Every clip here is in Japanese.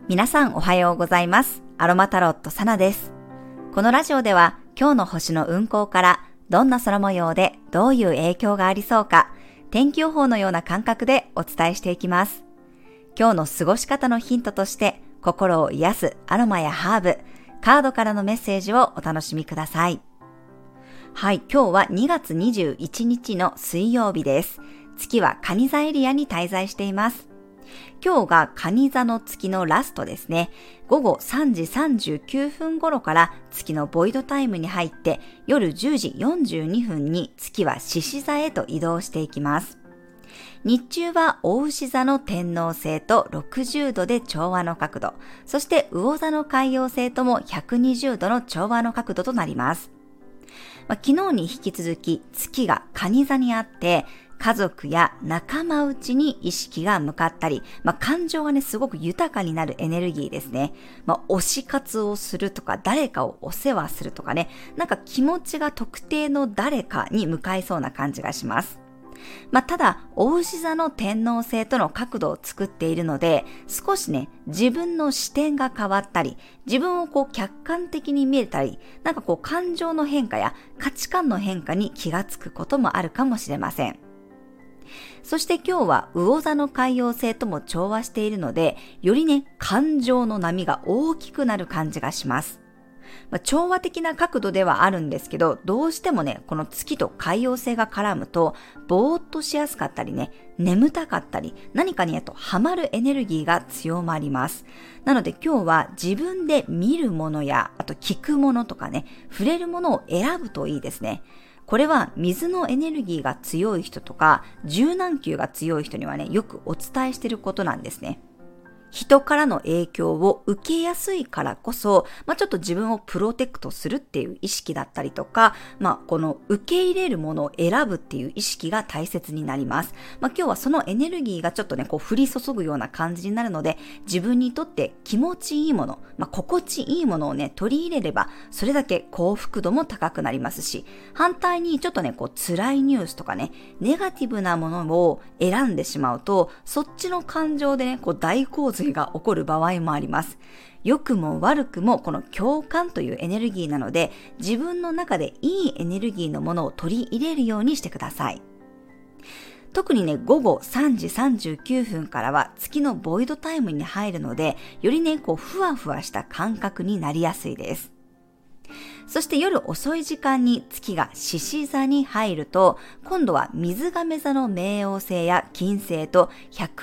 皆さんおはようございます。アロマタロットサナです。このラジオでは今日の星の運行からどんな空模様でどういう影響がありそうか、天気予報のような感覚でお伝えしていきます。今日の過ごし方のヒントとして心を癒すアロマやハーブ、カードからのメッセージをお楽しみください。はい、今日は2月21日の水曜日です。月は蟹座エリアに滞在しています。今日が蟹座の月のラストですね。午後3時39分頃から月のボイドタイムに入って夜10時42分に月は獅子座へと移動していきます。日中は牡牛座の天王星と60度で調和の角度、そして魚座の海洋星とも120度の調和の角度となります。昨日に引き続き月が蟹座にあって、家族や仲間内に意識が向かったり、感情がね、すごく豊かになるエネルギーですね。推し活をするとか、誰かをお世話するとかね、気持ちが特定の誰かに向かいそうな感じがします。ただ、牡牛座の天王星との角度を作っているので、少しね、自分の視点が変わったり、自分を客観的に見えたり、感情の変化や価値観の変化に気がつくこともあるかもしれません。そして今日は魚座の海洋星とも調和しているので、よりね、感情の波が大きくなる感じがします。調和的な角度ではあるんですけど、どうしてもね、この月と海洋星が絡むと、ぼーっとしやすかったりね、眠たかったり、何かにハマるエネルギーが強まります。なので今日は自分で見るものや、あと聞くものとかね、触れるものを選ぶといいですね。これは水のエネルギーが強い人とか、柔軟球が強い人にはね、よくお伝えしていることなんですね。人からの影響を受けやすいからこそ、ちょっと自分をプロテクトするっていう意識だったりとか、この受け入れるものを選ぶっていう意識が大切になります。今日はそのエネルギーがちょっとね、降り注ぐような感じになるので、自分にとって気持ちいいもの、心地いいものをね、取り入れれば、それだけ幸福度も高くなりますし、反対にちょっとね、辛いニュースとかね、ネガティブなものを選んでしまうと、そっちの感情でね、大洪水が起こる場合もあります。良くも悪くもこの共感というエネルギーなので、自分の中でいいエネルギーのものを取り入れるようにしてください。特にね、午後3時39分からは月のボイドタイムに入るので、よりね、ふわふわした感覚になりやすいです。そして夜遅い時間に月が獅子座に入ると、今度は水亀座の冥王星や金星と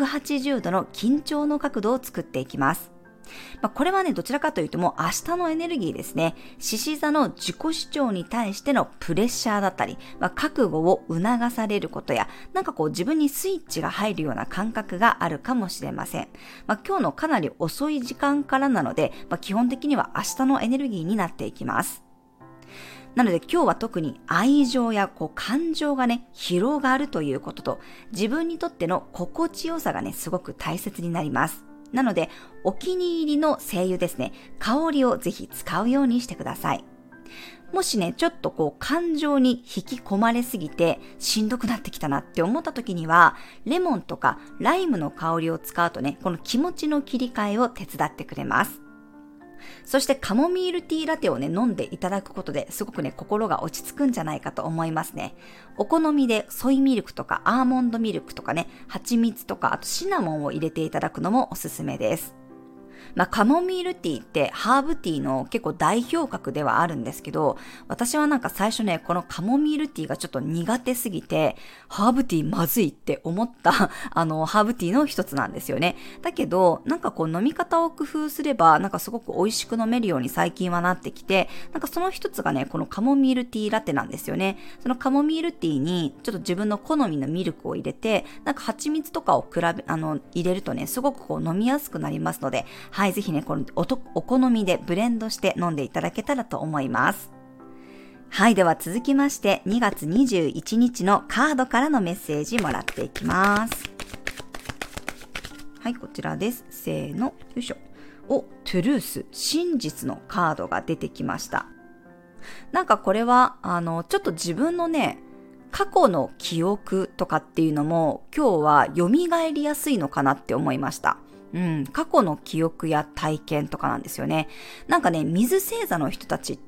180度の緊張の角度を作っていきます。これはね、どちらかというともう明日のエネルギーですね。獅子座の自己主張に対してのプレッシャーだったり、覚悟を促されることや、自分にスイッチが入るような感覚があるかもしれません。今日のかなり遅い時間からなので、基本的には明日のエネルギーになっていきます。なので今日は特に愛情や感情がね、広がるということと、自分にとっての心地よさがね、すごく大切になります。なので、お気に入りの精油ですね、香りをぜひ使うようにしてください。もしね、ちょっと感情に引き込まれすぎてしんどくなってきたなって思った時には、レモンとかライムの香りを使うとね、この気持ちの切り替えを手伝ってくれます。そしてカモミールティーラテをね、飲んでいただくことですごくね、心が落ち着くんじゃないかと思いますね。お好みでソイミルクとかアーモンドミルクとかね、蜂蜜とか、あとシナモンを入れていただくのもおすすめです。カモミールティーってハーブティーの結構代表格ではあるんですけど、私は最初ね、このカモミールティーがちょっと苦手すぎて、ハーブティーまずいって思ったハーブティーの一つなんですよね。だけど、飲み方を工夫すれば、すごく美味しく飲めるように最近はなってきて、その一つがね、このカモミールティーラテなんですよね。そのカモミールティーにちょっと自分の好みのミルクを入れて、蜂蜜とかを入れるとね、すごく飲みやすくなりますので、はい、ぜひね、このお好みでブレンドして飲んでいただけたらと思います。はい、では続きまして2月21日のカードからのメッセージもらっていきます。はい、こちらです。せーの、よいしょ。トゥルース、真実のカードが出てきました。これはちょっと自分のね、過去の記憶とかっていうのも今日は蘇りやすいのかなって思いました。 過去の記憶や体験とかなんですよね。なんかね、水星座の人たちって、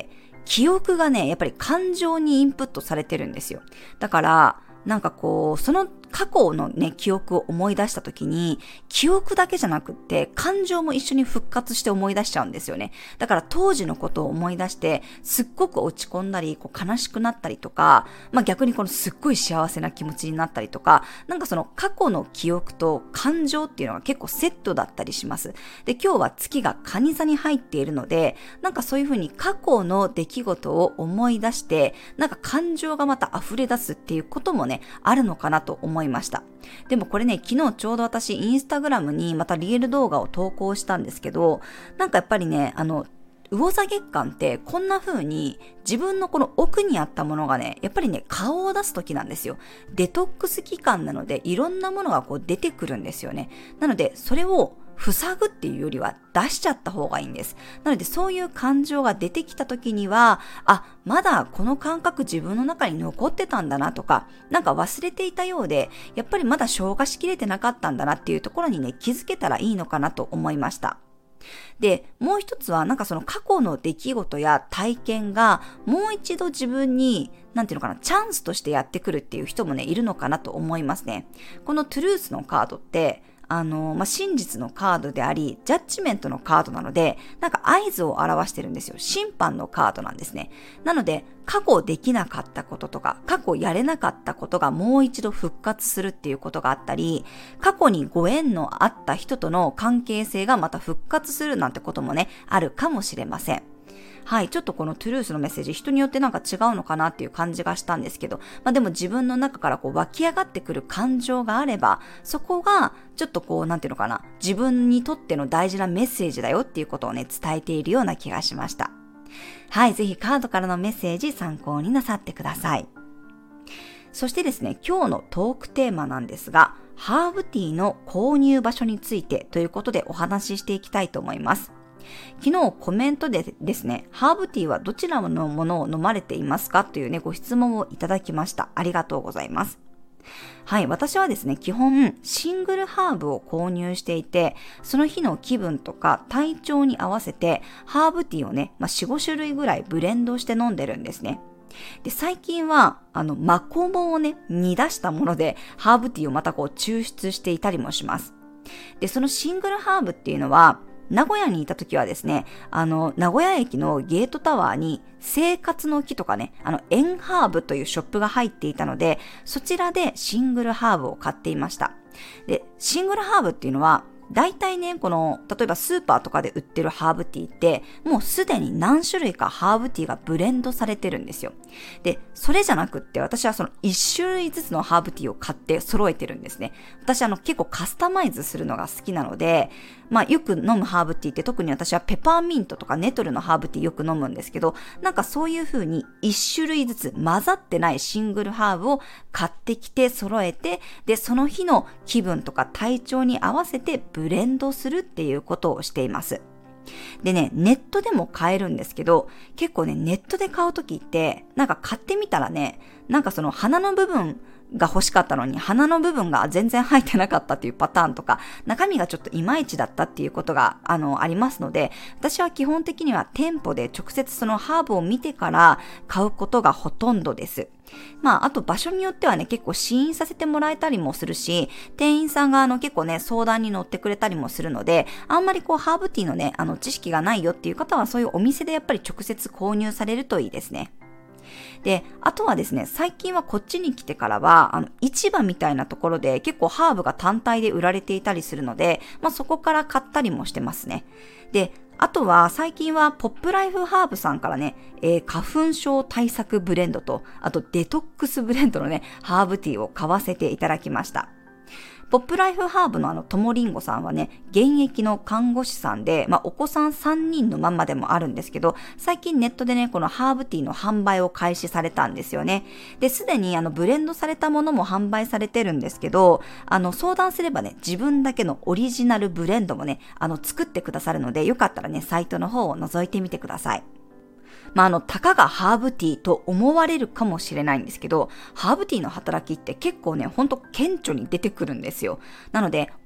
記憶がね、やっぱり感情にインプットされてるんですよ。だから、なんかこう、その過去のね、記憶を思い出した時に、記憶だけじゃなくって、感情も一緒に復活して思い出しちゃうんですよね。だから当時のことを思い出して、すっごく落ち込んだり、こう悲しくなったりとか、逆にこのすっごい幸せな気持ちになったりとか、なんかその過去の記憶と感情っていうのが結構セットだったりします。で、今日は月が蟹座に入っているので、なんかそういうふうに過去の出来事を思い出して、なんか感情がまた溢れ出すっていうこともね、あるのかなと思いました。でもこれね、昨日ちょうど私インスタグラムにまたリール動画を投稿したんですけど、なんかやっぱりね、魚座月間ってこんな風に自分のこの奥にあったものがね、やっぱりね、顔を出す時なんですよ。デトックス期間なのでいろんなものがこう出てくるんですよね。なのでそれを塞ぐっていうよりは出しちゃった方がいいんです。なのでそういう感情が出てきた時には、まだこの感覚自分の中に残ってたんだなとか、なんか忘れていたようで、やっぱりまだ消化しきれてなかったんだなっていうところにね、気づけたらいいのかなと思いました。で、もう一つはなんかその過去の出来事や体験がもう一度自分になんていうのかな、チャンスとしてやってくるっていう人もね、いるのかなと思いますね。このトゥルースのカードって真実のカードであり、ジャッジメントのカードなので、なんか合図を表してるんですよ。審判のカードなんですね。なので、過去できなかったこととか、過去やれなかったことがもう一度復活するっていうことがあったり、過去にご縁のあった人との関係性がまた復活するなんてこともね、あるかもしれません。はい、ちょっとこのトゥルースのメッセージ、人によってなんか違うのかなっていう感じがしたんですけど、でも自分の中からこう湧き上がってくる感情があれば、そこがちょっとこうなんていうのかな、自分にとっての大事なメッセージだよっていうことをね、伝えているような気がしました。はい、ぜひカードからのメッセージ参考になさってください。そしてですね、今日のトークテーマなんですが、ハーブティーの購入場所についてということでお話ししていきたいと思います。昨日コメントでですね、ハーブティーはどちらのものを飲まれていますかというね、ご質問をいただきました。ありがとうございます。はい、私はですね、基本シングルハーブを購入していて、その日の気分とか体調に合わせてハーブティーをね、4、5種類ぐらいブレンドして飲んでるんですね。で、最近は、マコモをね、煮出したもので、ハーブティーをまたこう抽出していたりもします。で、そのシングルハーブっていうのは、名古屋にいた時はですね、名古屋駅のゲートタワーに生活の木とかね、エンハーブというショップが入っていたので、そちらでシングルハーブを買っていました。で、シングルハーブっていうのは、大体ね、例えばスーパーとかで売ってるハーブティーって、もうすでに何種類かハーブティーがブレンドされてるんですよ。で、それじゃなくって、私はその1種類ずつのハーブティーを買って揃えてるんですね。私結構カスタマイズするのが好きなので、よく飲むハーブティーって特に私はペパーミントとかネトルのハーブティーよく飲むんですけど、なんかそういう風に1種類ずつ混ざってないシングルハーブを買ってきて揃えて、で、その日の気分とか体調に合わせてブレンドするっていうことをしています。でね、ネットでも買えるんですけど、結構ね、ネットで買うときって、なんか買ってみたらね、なんかその花の部分が欲しかったのに、花の部分が全然入ってなかったっていうパターンとか、中身がちょっといまいちだったっていうことが、ありますので、私は基本的には店舗で直接そのハーブを見てから買うことがほとんどです。あと場所によってはね、結構試飲させてもらえたりもするし、店員さんが結構ね、相談に乗ってくれたりもするので、あんまりハーブティーのね、知識がないよっていう方は、そういうお店でやっぱり直接購入されるといいですね。で、あとはですね、最近はこっちに来てからは、市場みたいなところで結構ハーブが単体で売られていたりするので、そこから買ったりもしてますね。で、あとは最近はポップライフハーブさんからね、花粉症対策ブレンドと、あとデトックスブレンドのね、ハーブティーを買わせていただきました。ポップライフハーブのともりんごさんはね、現役の看護師さんで、お子さん3人のママでもあるんですけど、最近ネットでね、このハーブティーの販売を開始されたんですよね。で、すでにブレンドされたものも販売されてるんですけど、相談すればね、自分だけのオリジナルブレンドもね、作ってくださるので、よかったらね、サイトの方を覗いてみてください。たかがハーブティーと思われるかもしれないんですけど、ハーブティーの働きって結構ね、ほんと顕著に出てくるんですよ。なので、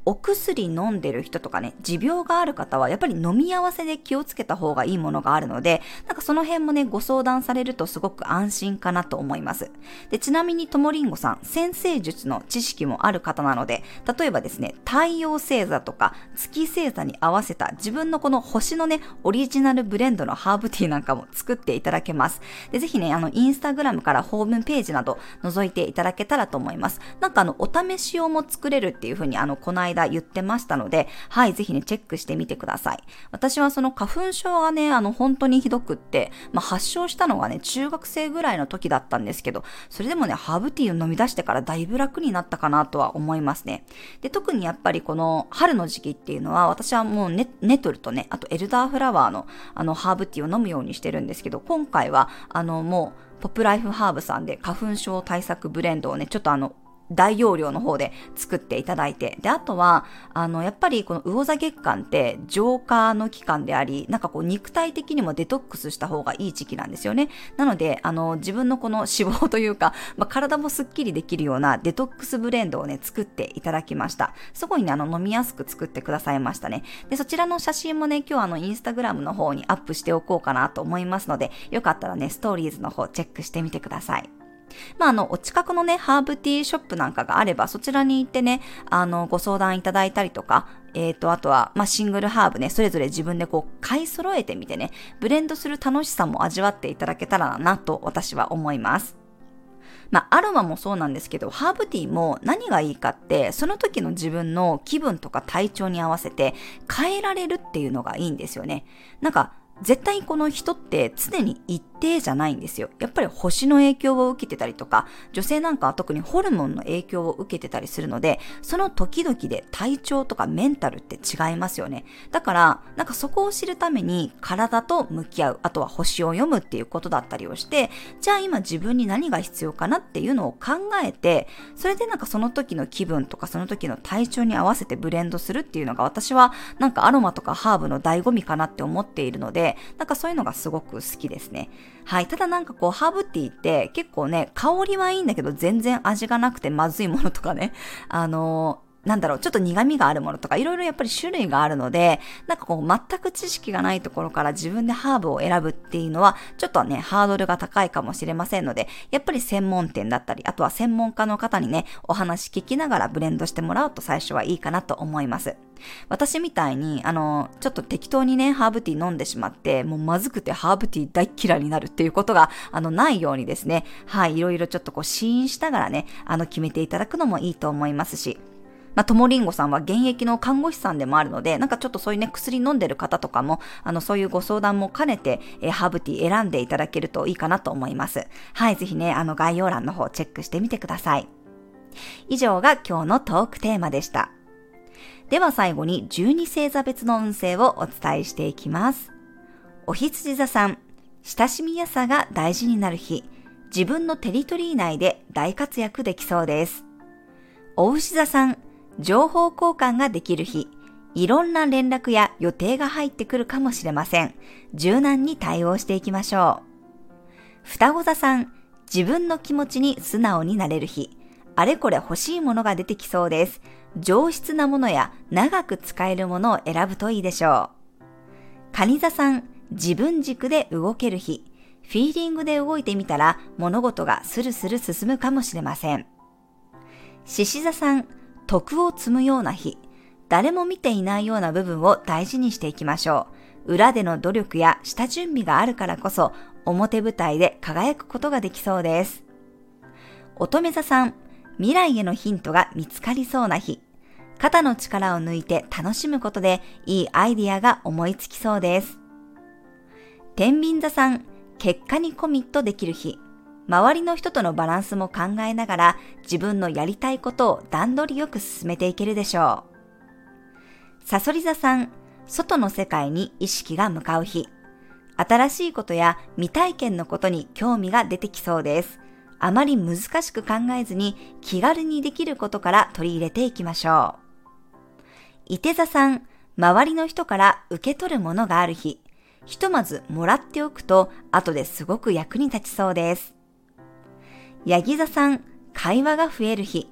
お薬飲んでる人とかね、持病がある方はやっぱり飲み合わせで気をつけた方がいいものがあるので、なんかその辺もね、ご相談されるとすごく安心かなと思います。で、ちなみにともりんごさん、占星術の知識もある方なので、例えばですね、太陽星座とか月星座に合わせた自分のこの星のね、オリジナルブレンドのハーブティーなんかも作っていただけます。で、ぜひね、インスタグラムからホームページなど覗いていただけたらと思います。なんかお試し用も作れるっていう風にこの間言ってましたので、はい、ぜひね、チェックしてみてください。私はその花粉症がね、本当にひどくって、発症したのがね、中学生ぐらいの時だったんですけど、それでもね、ハーブティーを飲み出してからだいぶ楽になったかなとは思いますね。で、特にやっぱりこの春の時期っていうのは、私はもうネトルとね、あとエルダーフラワーのハーブティーを飲むようにしてるんですけど、今回はもうポップライフハーブさんで花粉症対策ブレンドをね、ちょっと大容量の方で作っていただいて、で、あとは、やっぱりこの魚座月間って浄化の期間であり、なんかこう肉体的にもデトックスした方がいい時期なんですよね。なので、自分のこの脂肪というか、体もスッキリできるようなデトックスブレンドをね、作っていただきました。すごいね、飲みやすく作ってくださいましたね。で、そちらの写真もね、今日インスタグラムの方にアップしておこうかなと思いますので、よかったらね、ストーリーズの方チェックしてみてください。お近くのね、ハーブティーショップなんかがあれば、そちらに行ってね、ご相談いただいたりとか、あとは、シングルハーブね、それぞれ自分でこう、買い揃えてみてね、ブレンドする楽しさも味わっていただけたらなと私は思います。アロマもそうなんですけど、ハーブティーも何がいいかって、その時の自分の気分とか体調に合わせて変えられるっていうのがいいんですよね。なんか、絶対この人って常に一定じゃないんですよ。やっぱり星の影響を受けてたりとか、女性なんかは特にホルモンの影響を受けてたりするので、その時々で体調とかメンタルって違いますよね。だから、なんかそこを知るために体と向き合う、あとは星を読むっていうことだったりをして、じゃあ今自分に何が必要かなっていうのを考えて、それでなんかその時の気分とかその時の体調に合わせてブレンドするっていうのが私はなんかアロマとかハーブの醍醐味かなって思っているので、なんかそういうのがすごく好きですね。はい。ただなんかこう、ハーブティーって結構ね、香りはいいんだけど全然味がなくてまずいものとかね、ちょっと苦味があるものとかいろいろやっぱり種類があるので、なんかこう全く知識がないところから自分でハーブを選ぶっていうのはちょっとね、ハードルが高いかもしれませんので、やっぱり専門店だったり、あとは専門家の方にね、お話聞きながらブレンドしてもらうと最初はいいかなと思います。私みたいに、ちょっと適当にね、ハーブティー飲んでしまって、もうまずくてハーブティー大嫌いになるっていうことが、ないようにですね、はい、いろいろちょっとこう、試飲しながらね、決めていただくのもいいと思いますし、ともりんごさんは現役の看護師さんでもあるので、なんかちょっとそういうね、薬飲んでる方とかも、そういうご相談も兼ねて、ハーブティー選んでいただけるといいかなと思います。はい、ぜひね、概要欄の方チェックしてみてください。以上が今日のトークテーマでした。では最後に12星座別の運勢をお伝えしていきます。お羊座さん、親しみやすさが大事になる日、自分のテリトリー内で大活躍できそうです。お牛座さん、情報交換ができる日、いろんな連絡や予定が入ってくるかもしれません。柔軟に対応していきましょう。双子座さん、自分の気持ちに素直になれる日、あれこれ欲しいものが出てきそうです。上質なものや長く使えるものを選ぶといいでしょう。蟹座さん、自分軸で動ける日、フィーリングで動いてみたら物事がスルスル進むかもしれません。獅子座さん、徳を積むような日、誰も見ていないような部分を大事にしていきましょう。裏での努力や下準備があるからこそ表舞台で輝くことができそうです。乙女座さん、未来へのヒントが見つかりそうな日、肩の力を抜いて楽しむことでいいアイディアが思いつきそうです。天秤座さん、結果にコミットできる日、周りの人とのバランスも考えながら自分のやりたいことを段取りよく進めていけるでしょう。蠍座さん、外の世界に意識が向かう日、新しいことや未体験のことに興味が出てきそうです。あまり難しく考えずに気軽にできることから取り入れていきましょう。射手座さん、周りの人から受け取るものがある日、ひとまずもらっておくと後ですごく役に立ちそうです。ヤギ座さん、会話が増える日、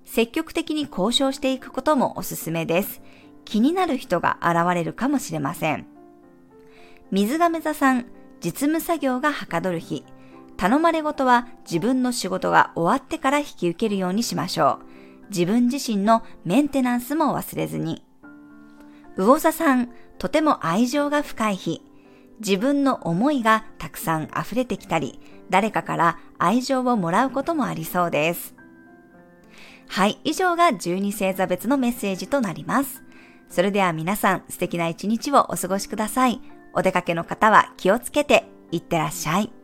積極的に交渉していくこともおすすめです。気になる人が現れるかもしれません。水亀座さん、実務作業がはかどる日。頼まれごとは自分の仕事が終わってから引き受けるようにしましょう。自分自身のメンテナンスも忘れずに。魚座さん、とても愛情が深い日。自分の思いがたくさん溢れてきたり、誰かから愛情をもらうこともありそうです。はい、以上が12星座別のメッセージとなります。それでは皆さん、素敵な一日をお過ごしください。お出かけの方は気をつけていってらっしゃい。